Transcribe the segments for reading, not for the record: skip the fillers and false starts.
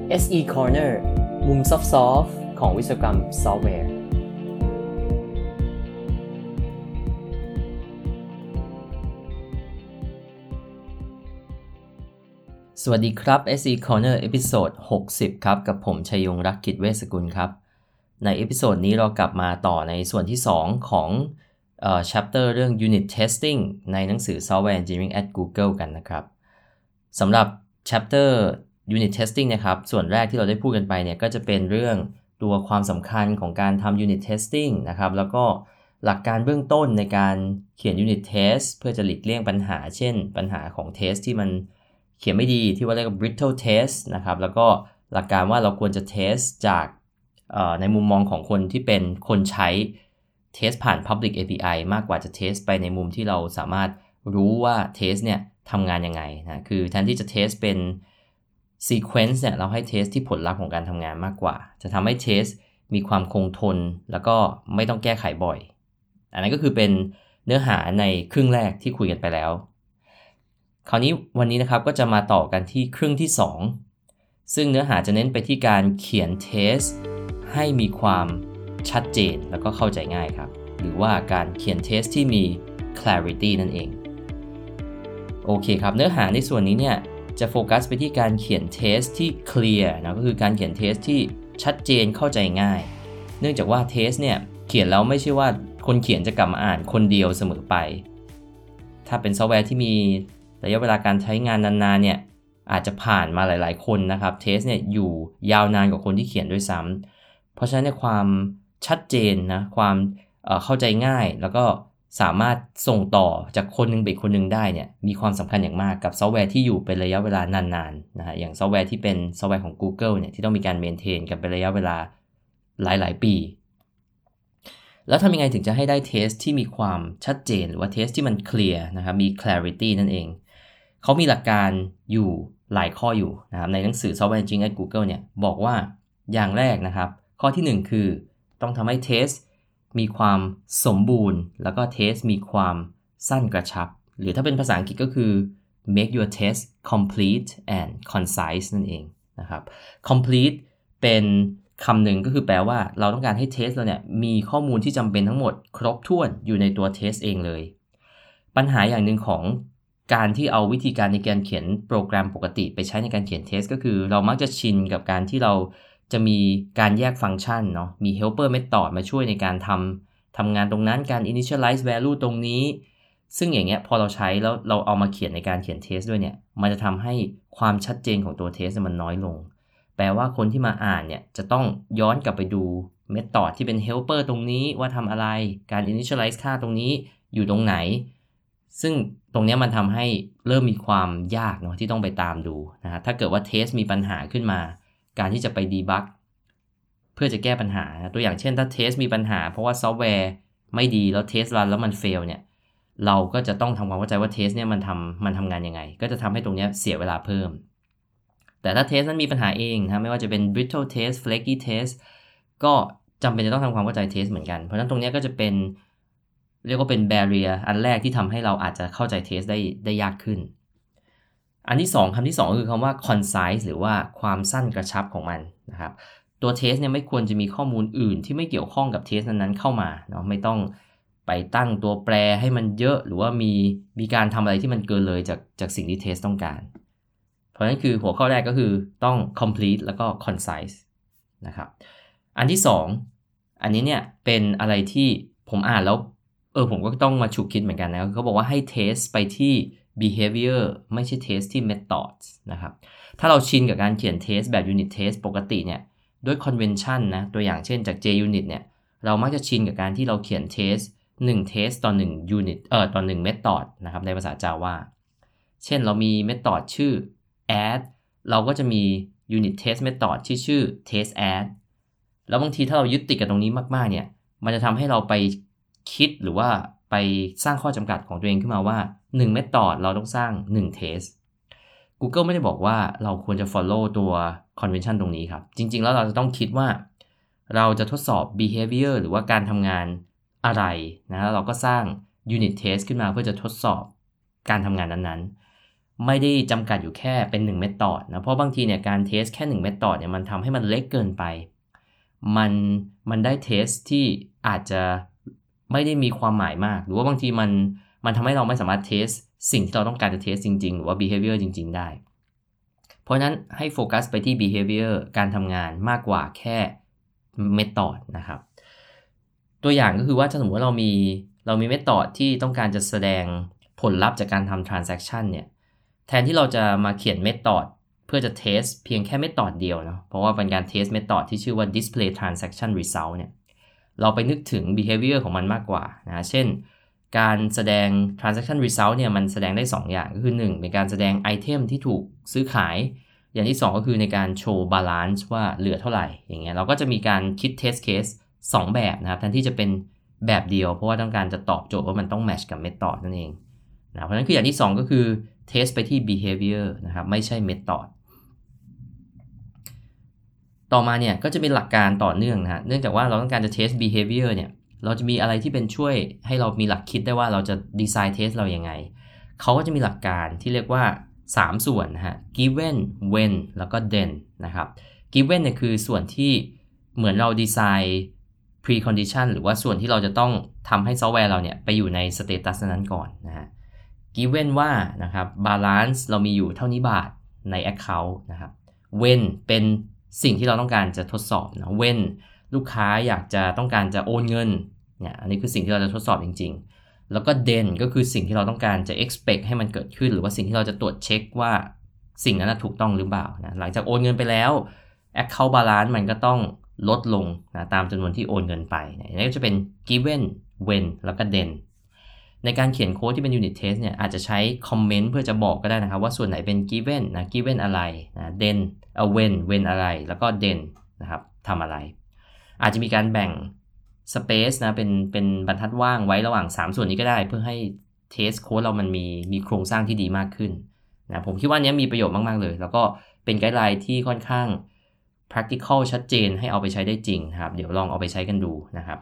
SE Corner มุมซอฟต์ๆของวิศวกรรมซอฟต์แวร์สวัสดีครับ SE Corner เอพิโซด60ครับกับผมชัยยงรักกิจเวชสกุลครับในเอพิโซดนี้เรากลับมาต่อในส่วนที่2ของchapter เรื่อง Unit Testing ในหนังสือ Software Engineering at Google กันนะครับสำหรับ chapter Unit Testing นะครับส่วนแรกที่เราได้พูดกันไปเนี่ยก็จะเป็นเรื่องตัวความสำคัญของการทำ Unit Testing นะครับแล้วก็หลักการเบื้องต้นในการเขียน Unit Test เพื่อจะหลีกเลี่ยงปัญหาเช่นปัญหาของ Test ที่มันเขียนไม่ดีที่ว่าเรียกว่า brittle test นะครับแล้วก็หลักการว่าเราควรจะ test จากในมุมมองของคนที่เป็นคนใช้ test ผ่าน public API มากกว่าจะ test ไปในมุมที่เราสามารถรู้ว่า test เนี่ยทำงานยังไงนะคือแทนที่จะ test เป็น sequence เนี่ยเราให้ test ที่ผลลัพธ์ของการทำงานมากกว่าจะทำให้ test มีความคงทนแล้วก็ไม่ต้องแก้ไขบ่อยอันนั้นก็คือเป็นเนื้อหาในครึ่งแรกที่คุยกันไปแล้วคราวนี้วันนี้นะครับก็จะมาต่อกันที่ครึ่งที่2ซึ่งเนื้อหาจะเน้นไปที่การเขียนเทสให้มีความชัดเจนแล้วก็เข้าใจง่ายครับหรือว่าการเขียนเทสที่มี clarity นั่นเองโอเคครับเนื้อหาในส่วนนี้เนี่ยจะโฟกัสไปที่การเขียนเทสที่ clear นะก็คือการเขียนเทสที่ชัดเจนเข้าใจง่ายเนื่องจากว่าเทสเนี่ยเขียนแล้วไม่ใช่ว่าคนเขียนจะกลับมาอ่านคนเดียวเสมอไปถ้าเป็นซอฟต์แวร์ที่มีระยะเวลาการใช้งานนานๆเนี่ยอาจจะผ่านมาหลายๆคนนะครับเทสเนี่ยอยู่ยาวนานกว่าคนที่เขียนด้วยซ้ำเพราะฉะนั้นความชัดเจนนะความเข้าใจง่ายแล้วก็สามารถส่งต่อจากคนนึงไปคนนึงได้เนี่ยมีความสำคัญอย่างมากกับซอฟต์แวร์ที่อยู่เป็นระยะเวลานานๆนะฮะอย่างซอฟต์แวร์ที่เป็นซอฟต์แวร์ของ Google เนี่ยที่ต้องมีการเมนเทนกันเป็นระยะเวลาหลายๆปีแล้วทำยังไงถึงจะให้ได้เทสที่มีความชัดเจนหรือว่าเทสที่มันเคลียร์นะครับมี clarity นั่นเองเขามีหลักการอยู่หลายข้ออยู่นะครับในหนังสือ Software Engineering at Google เนี่ยบอกว่าอย่างแรกนะครับข้อที่1คือต้องทำให้เทสมีความสมบูรณ์แล้วก็เทสมีความสั้นกระชับหรือถ้าเป็นภาษาอังกฤษก็คือ make your test complete and concise นั่นเองนะครับ complete เป็นคำหนึ่งก็คือแปลว่าเราต้องการให้เทสเราเนี่ยมีข้อมูลที่จำเป็นทั้งหมดครบถ้วนอยู่ในตัวเทสเองเลยปัญหาอย่างหนึ่งของการที่เอาวิธีการในการเขียนโปรแกรมปกติไปใช้ในการเขียนเทสก็คือเรามักจะชินกับการที่เราจะมีการแยกฟังก์ชันเนาะมี helper method มาช่วยในการทำงานตรงนั้นการ initialize value ตรงนี้ซึ่งอย่างเงี้ยพอเราใช้แล้วเราเอามาเขียนในการเขียนเทสด้วยเนี่ยมันจะทำให้ความชัดเจนของตัวเทสมันน้อยลงแปลว่าคนที่มาอ่านเนี่ยจะต้องย้อนกลับไปดู method ที่เป็น helper ตรงนี้ว่าทำอะไรการ initialize ค่าตรงนี้อยู่ตรงไหนซึ่งตรงนี้มันทำให้เริ่มมีความยากเนาะที่ต้องไปตามดูนะฮะถ้าเกิดว่าเทสมีปัญหาขึ้นมาการที่จะไปดีบักเพื่อจะแก้ปัญหานะตัวอย่างเช่นถ้าเทสมีปัญหาเพราะว่าซอฟต์แวร์ไม่ดีแล้วเทสรันแล้วมันเฟลเนี่ยเราก็จะต้องทำความเข้าใจว่าเทสเนี่ยมันทำงานยังไงก็จะทำให้ตรงนี้เสียเวลาเพิ่มแต่ถ้าเทสนั้นมีปัญหาเองนะไม่ว่าจะเป็น brittle test flaky test ก็จำเป็นจะต้องทำความเข้าใจเทสเหมือนกันเพราะฉะนั้นตรงนี้ก็จะเป็นเรียกว่าเป็น barrier อันแรกที่ทำให้เราอาจจะเข้าใจเทสได้ยากขึ้นอันที่2คำที่2คือคำว่า concise หรือว่าความสั้นกระชับของมันนะครับตัวเทสเนี่ยไม่ควรจะมีข้อมูลอื่นที่ไม่เกี่ยวข้องกับเทสนั้นๆเข้ามาเนาะไม่ต้องไปตั้งตัวแปรให้มันเยอะหรือว่ามีการทำอะไรที่มันเกินเลยจากสิ่งที่เทสต้องการเพราะฉะนั้นคือหัวข้อแรกก็คือต้อง complete แล้วก็ concise นะครับอันที่2อันนี้เนี่ยเป็นอะไรที่ผมอ่านแล้วผมก็ต้องมาฉุกคิดเหมือนกันนะเขาบอกว่าให้เทสไปที่ behavior ไม่ใช่เทสที่ methods นะครับถ้าเราชินกับการเขียนเทสแบบ unit test ปกติเนี่ยด้วย convention นะตัวอย่างเช่นจาก JUnit เนี่ยเรามักจะชินกับการที่เราเขียนเทส1 test ต่อ1 unit ต่อ1 method นะครับในภาษา Java เช่นเรามี method ชื่อ add เราก็จะมี unit test method ที่ชื่อ test add แล้วบางทีถ้าเรายึดติดกับตรงนี้มากๆเนี่ยมันจะทำให้เราไปคิดหรือว่าไปสร้างข้อจำกัดของตัวเองขึ้นมาว่า1 method เราต้องสร้าง1 test Google ไม่ได้บอกว่าเราควรจะ follow ตัว convention ตรงนี้ครับจริงๆแล้วเราจะต้องคิดว่าเราจะทดสอบ behavior หรือว่าการทำงานอะไรนะเราก็สร้าง unit test ขึ้นมาเพื่อจะทดสอบการทำงานนั้นๆไม่ได้จำกัดอยู่แค่เป็น1 method นะเพราะบางทีเนี่ยการเทสแค่1 method เนี่ยมันทำให้มันเล็กเกินไปมันได้เทสที่อาจจะไม่ได้มีความหมายมากหรือว่าบางทีมันทำให้เราไม่สามารถเทสสิ่งที่เราต้องการจะเทสจริงๆหรือว่า behavior จริงๆได้เพราะฉะนั้นให้โฟกัสไปที่ behavior การทำงานมากกว่าแค่ method นะครับตัวอย่างก็คือว่าถ้าสมมติว่าเรามี method ที่ต้องการจะแสดงผลลัพธ์จากการทำ transaction เนี่ยแทนที่เราจะมาเขียน method เพื่อจะ test เพียงแค่ method เดียวเนาะเพราะว่าเป็นการ test method ที่ชื่อว่า display transaction result เนี่ยเราไปนึกถึง behavior ของมันมากกว่านะเช่นการแสดง transaction result เนี่ยมันแสดงได้2อย่างก็คือ1เป็นการแสดงไอเทมที่ถูกซื้อขายอย่างที่2ก็คือในการโชว์ balance ว่าเหลือเท่าไหร่อย่างเงี้ยเราก็จะมีการคิด test case 2 แบบนะครับแทนที่จะเป็นแบบเดียวเพราะว่าต้องการจะตอบโจทย์ว่ามันต้อง match กับ method นั่นเองนะเพราะฉะนั้นคืออย่างที่2ก็คือ test ไปที่ behavior นะครับไม่ใช่ method ต่อมาเนี่ยก็จะเป็นหลักการต่อเนื่องนะฮะเนื่องจากว่าเราต้องการจะ test behavior เนี่ยเราจะมีอะไรที่เป็นช่วยให้เรามีหลักคิดได้ว่าเราจะ design test เรายังไงเขาก็จะมีหลักการที่เรียกว่า3ส่วนนะฮะ given when แล้วก็ then นะครับ given เนี่ยคือส่วนที่เหมือนเราดีไซน์ precondition หรือว่าส่วนที่เราจะต้องทำให้ซอฟต์แวร์เราเนี่ยไปอยู่ใน status นั้นก่อนนะฮะ given ว่านะครับ balance เรามีอยู่เท่านี้บาทใน account นะครับ when เป็นสิ่งที่เราต้องการจะทดสอบนะ when ลูกค้าอยากจะต้องการจะโอนเงินเนี่ยอันนี้คือสิ่งที่เราจะทดสอบจริงๆแล้วก็ then ก็คือสิ่งที่เราต้องการจะ expect ให้มันเกิดขึ้นหรือว่าสิ่งที่เราจะตรวจเช็คว่าสิ่งนั้นถูกต้องหรือเปล่านะหลังจากโอนเงินไปแล้ว account balance มันก็ต้องลดลงนะตามจำนวนที่โอนเงินไปนี่ก็จะเป็น given when แล้วก็ then ในการเขียนโค้ดที่เป็น unit test เนี่ยอาจจะใช้คอมเมนต์เพื่อจะบอกก็ได้นะครับว่าส่วนไหนเป็น given นะ given อะไรนะ then when อะไรแล้วก็ then นะครับทำอะไรอาจจะมีการแบ่ง space นะเป็นบรรทัดว่างไว้ระหว่าง3ส่วนนี้ก็ได้เพื่อให้ test code เรามันมีโครงสร้างที่ดีมากขึ้นนะผมคิดว่านี้มีประโยชน์มากๆเลยแล้วก็เป็นไกด์ไลน์ที่ค่อนข้าง practical ชัดเจนให้เอาไปใช้ได้จริงนะครับเดี๋ยวลองเอาไปใช้กันดูนะครับ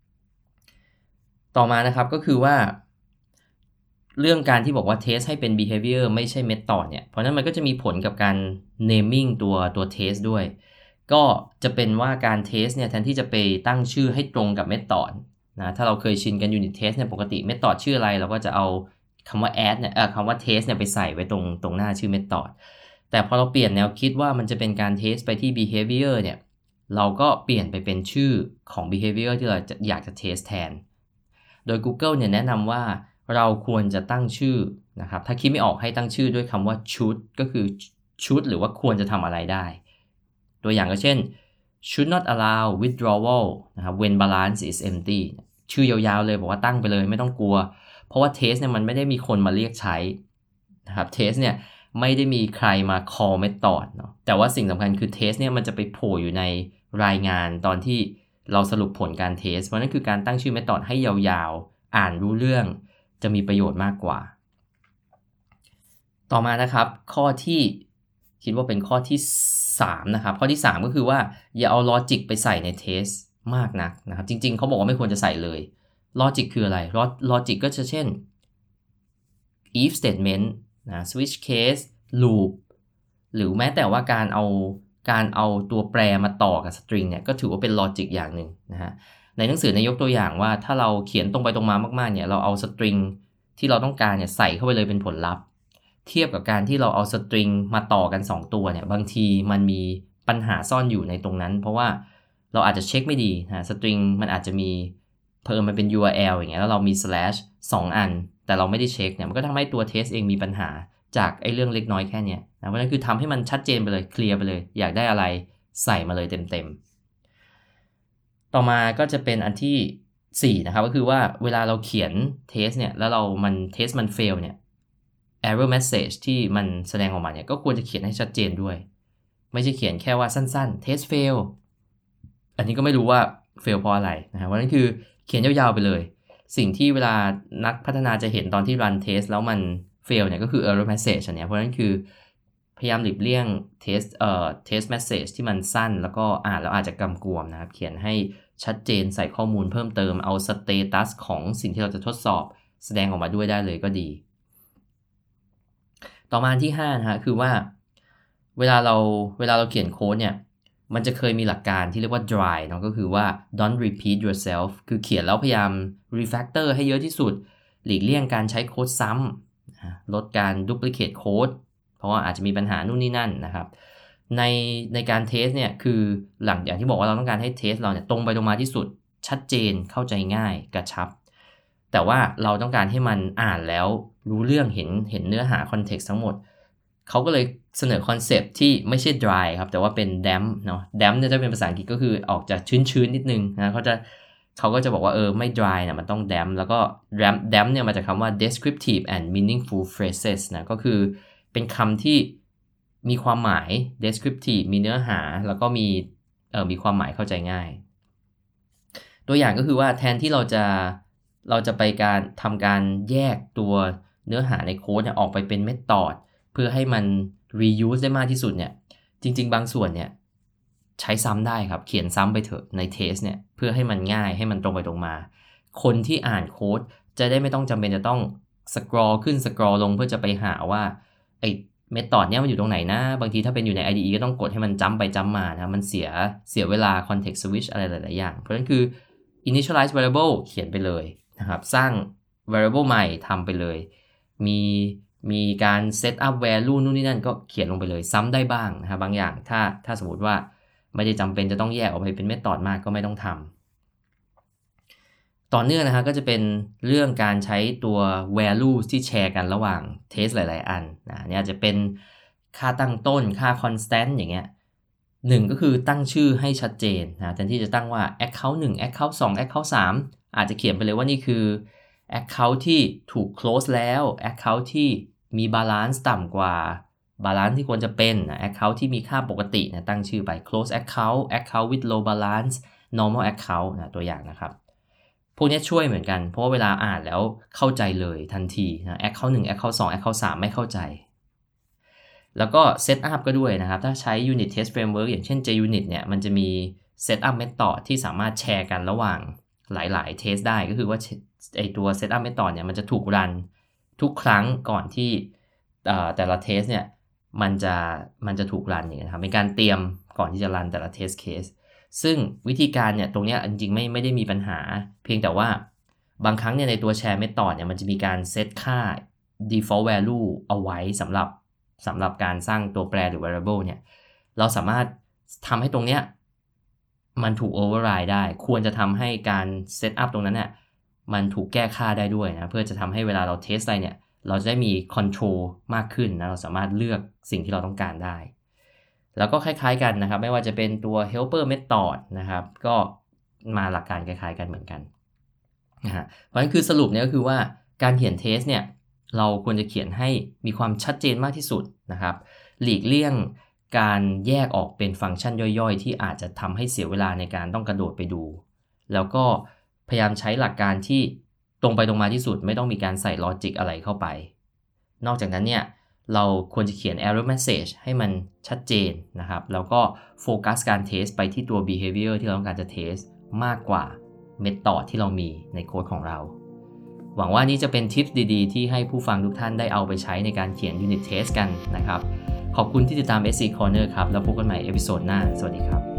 ต่อมานะครับก็คือว่าเรื่องการที่บอกว่า test ให้เป็น behavior ไม่ใช่ method เนี่ยเพราะนั้นมันก็จะมีผลกับการ naming ตัว test ด้วยก็จะเป็นว่าการ test เนี่ยแทนที่จะไปตั้งชื่อให้ตรงกับ method นะถ้าเราเคยชินกัน unit test เนี่ยปกติ method ชื่ออะไรเราก็จะเอาคำว่า add เนี่ยคำว่า test เนี่ยไปใส่ไว้ตรงหน้าชื่อ method แต่พอเราเปลี่ยนแนวคิดว่ามันจะเป็นการ test ไปที่ behavior เนี่ยเราก็เปลี่ยนไปเป็นชื่อของ behavior ที่เราอยากจะ test แทนโดย Google เนี่ยแนะนำว่าเราควรจะตั้งชื่อนะครับถ้าคิดไม่ออกให้ตั้งชื่อด้วยคำว่า should ก็คือ should หรือว่าควรจะทำอะไรได้ตัวอย่างก็เช่น should not allow withdrawal นะครับ when balance is empty ชื่อยาวๆเลยบอกว่าตั้งไปเลยไม่ต้องกลัวเพราะว่า test เนี่ยมันไม่ได้มีคนมาเรียกใช้นะครับ test เนี่ยไม่ได้มีใครมา call method เนาะแต่ว่าสิ่งสำคัญคือ test เนี่ยมันจะไปโผล่อยู่ในรายงานตอนที่เราสรุปผลการเทสเพราะนั่นคือการตั้งชื่อ method ให้ยาวๆอ่านรู้เรื่องจะมีประโยชน์มากกว่าต่อมานะครับข้อที่คิดว่าเป็นข้อที่3นะครับข้อที่3ก็คือว่าอย่าเอาลอจิกไปใส่ในเทสมากนักนะครับจริงๆเขาบอกว่าไม่ควรจะใส่เลยลอจิกคืออะไรลอจิกก็จะเช่น if statement นะ switch case loop หรือแม้แต่ว่าการเอาตัวแปรมาต่อกับ string เนี่ยก็ถือว่าเป็นลอจิกอย่างหนึ่งนะฮะในหนังสือในยกตัวอย่างว่าถ้าเราเขียนตรงไปตรงมามากๆเนี่ยเราเอา string ที่เราต้องการเนี่ยใส่เข้าไปเลยเป็นผลลัพธ์เทียบกับการที่เราเอา string มาต่อกัน2ตัวเนี่ยบางทีมันมีปัญหาซ่อนอยู่ในตรงนั้นเพราะว่าเราอาจจะเช็คไม่ดีนะ string มันอาจจะมีเพิ่มมันเป็น URL อย่างเงี้ยแล้วเรามี slash 2 อันแต่เราไม่ได้เช็คเนี่ยมันก็ทำให้ตัว test เองมีปัญหาจากไอ้เรื่องเล็กน้อยแค่นี้นะเพราะฉะนั้นคือทำให้มันชัดเจนไปเลยเคลียร์ไปเลยอยากได้อะไรใส่มาเลยเต็มๆต่อมาก็จะเป็นอันที่4นะครับก็คือว่าเวลาเราเขียน test เนี่ยแล้วtest มัน fail เนี่ย error message ที่มันแสดงออกมาเนี่ยก็ควรจะเขียนให้ชัดเจนด้วยไม่ใช่เขียนแค่ว่าสั้นๆ test fail อันนี้ก็ไม่รู้ว่า fail เพราะอะไรนะครับเพราะนั้นคือเขียนยาวๆไปเลยสิ่งที่เวลานักพัฒนาจะเห็นตอนที่ run test แล้วมัน fail เนี่ยก็คือ error message อันเนี้ยเพราะฉะนั้นคือพยายามหลีกเลี่ยง test message ที่มันสั้นแล้วก็อ่านแล้วอาจจะกำกวมนะครับเขียนให้ชัดเจนใส่ข้อมูลเพิ่มเติมเอา status ของสิ่งที่เราจะทดสอบแสดงออกมาด้วยได้เลยก็ดีต่อมาที่5นะฮะคือว่าเวลาเราเขียนโค้ดเนี่ยมันจะเคยมีหลักการที่เรียกว่า dry เนาะก็คือว่า don't repeat yourself คือเขียนแล้วพยายาม refactor ให้เยอะที่สุดหลีกเลี่ยงการใช้โค้ดซ้ำลดการ duplicate โค้ดเพราะว่าอาจจะมีปัญหานู่นนี่นั่นนะครับในการเทสเนี่ยคือหลังอย่างที่บอกว่าเราต้องการให้เทสเราเนี่ยตรงไปตรงมาที่สุดชัดเจนเข้าใจง่ายกระชับแต่ว่าเราต้องการให้มันอ่านแล้วรู้เรื่องเห็นเนื้อหาคอนเท็กซ์ทั้งหมดเขาก็เลยเสนอคอนเซปต์ที่ไม่ใช่ dry ครับแต่ว่าเป็น damp เนาะ damp เนี่ยจะเป็นภาษาอังกฤษก็คือออกจากชื้นนิดนึงนะเขาก็จะบอกว่าไม่ dry นะมันต้อง damp แล้วก็ damp เนี่ยมาจากคำว่า descriptive and meaningful phrases นะก็คือเป็นคำที่มีความหมาย descriptive มีเนื้อหาแล้วก็มีความหมายเข้าใจง่ายตัวอย่างก็คือว่าแทนที่เราจะไปทำการแยกตัวเนื้อหาในโค้ดเนี่ยออกไปเป็นเมธอดเพื่อให้มัน reuse ได้มากที่สุดเนี่ยจริงๆบางส่วนเนี่ยใช้ซ้ำได้ครับเขียนซ้ำไปเถอะในเทสเนี่ยเพื่อให้มันง่ายให้มันตรงไปตรงมาคนที่อ่านโค้ดจะได้ไม่ต้องจำเป็นจะต้องสครอลขึ้นสครอลลงเพื่อจะไปหาว่าไอ้เมธอดเนี่ยมันอยู่ตรงไหนนะบางทีถ้าเป็นอยู่ใน IDE ก็ต้องกดให้มันจัมป์ไปจัมป์มานะมันเสียเวลา context switch อะไรหลายๆอย่างเพราะฉะนั้นคือ initialize variable เขียนไปเลยนะครับสร้าง variable ใหม่ทำไปเลยมีการ set up value นู่นนี่นั่นก็เขียนลงไปเลยซ้ำได้บ้างนะครับบางอย่างถ้าสมมติว่าไม่ได้จำเป็นจะต้องแยกออกไปเป็นเมธอดมากก็ไม่ต้องทำต่อเนื่องนะฮะก็จะเป็นเรื่องการใช้ตัว value ที่แชร์กันระหว่าง test หลายๆอันนะเนี่ยจะเป็นค่าตั้งต้นค่า constant อย่างเงี้ย1ก็คือตั้งชื่อให้ชัดเจนนะแทนที่จะตั้งว่า account 1 account 2 account 3อาจจะเขียนไปเลยว่านี่คือ account ที่ถูก close แล้ว account ที่มี balance ต่ำกว่า balance ที่ควรจะเป็น account ที่มีค่าปกตินะตั้งชื่อไป close account with low balance normal account นะตัวอย่างนะครับพวกนี้ช่วยเหมือนกันเพราะว่าเวลาอ่านแล้วเข้าใจเลยทันทีนะ account 1 account 2 account 3ไม่เข้าใจแล้วก็ setup ก็ด้วยนะครับถ้าใช้ unit test framework อย่างเช่น JUnit เนี่ยมันจะมี setup method ที่สามารถแชร์กันระหว่างหลายๆ test ได้ก็คือว่าไอตัว setup method เนี่ยมันจะถูกรันทุกครั้งก่อนที่แต่ละ test เนี่ยมันจะถูกรันอย่างนี้นะครับเป็นการเตรียมก่อนที่จะรันแต่ละ test case ซึ่งวิธีการเนี่ยตรงนี้จริงๆไม่ได้มีปัญหาเพียงแต่ว่าบางครั้งเนี่ยในตัว share method เนี่ยมันจะมีการเซตค่า default value เอาไว้สำหรับการสร้างตัวแปรหรือ variable เนี่ยเราสามารถทำให้ตรงเนี้ยมันถูก override ได้ควรจะทำให้การ set up ตรงนั้นเนี่ยมันถูกแก้ค่าได้ด้วยนะเพื่อจะทำให้เวลาเรา test อะไรเนี่ยเราจะได้มี control มากขึ้นนะเราสามารถเลือกสิ่งที่เราต้องการได้แล้วก็คล้ายๆกันนะครับไม่ว่าจะเป็นตัว helper method นะครับก็มาหลักการคล้ายๆกันเหมือนกันนะฮะเพราะฉะนั้นคือสรุปเนี่ยก็คือว่าการเขียน test เนี่ยเราควรจะเขียนให้มีความชัดเจนมากที่สุดนะครับหลีกเลี่ยงการแยกออกเป็นฟังก์ชันย่อยๆที่อาจจะทำให้เสียเวลาในการต้องกระโดดไปดูแล้วก็พยายามใช้หลักการที่ตรงไปตรงมาที่สุดไม่ต้องมีการใส่ลอจิกอะไรเข้าไปนอกจากนั้นเนี่ยเราควรจะเขียน error message ให้มันชัดเจนนะครับแล้วก็โฟกัสการเทสไปที่ตัว behavior ที่เราต้องการจะเทสมากกว่า method ที่เรามีในโค้ดของเราหวังว่านี้จะเป็นทิปดีๆที่ให้ผู้ฟังทุกท่านได้เอาไปใช้ในการเขียน unit test กันนะครับขอบคุณที่ติดตาม SE Corner ครับแล้วพบกันใหม่เอพิโซดหน้าสวัสดีครับ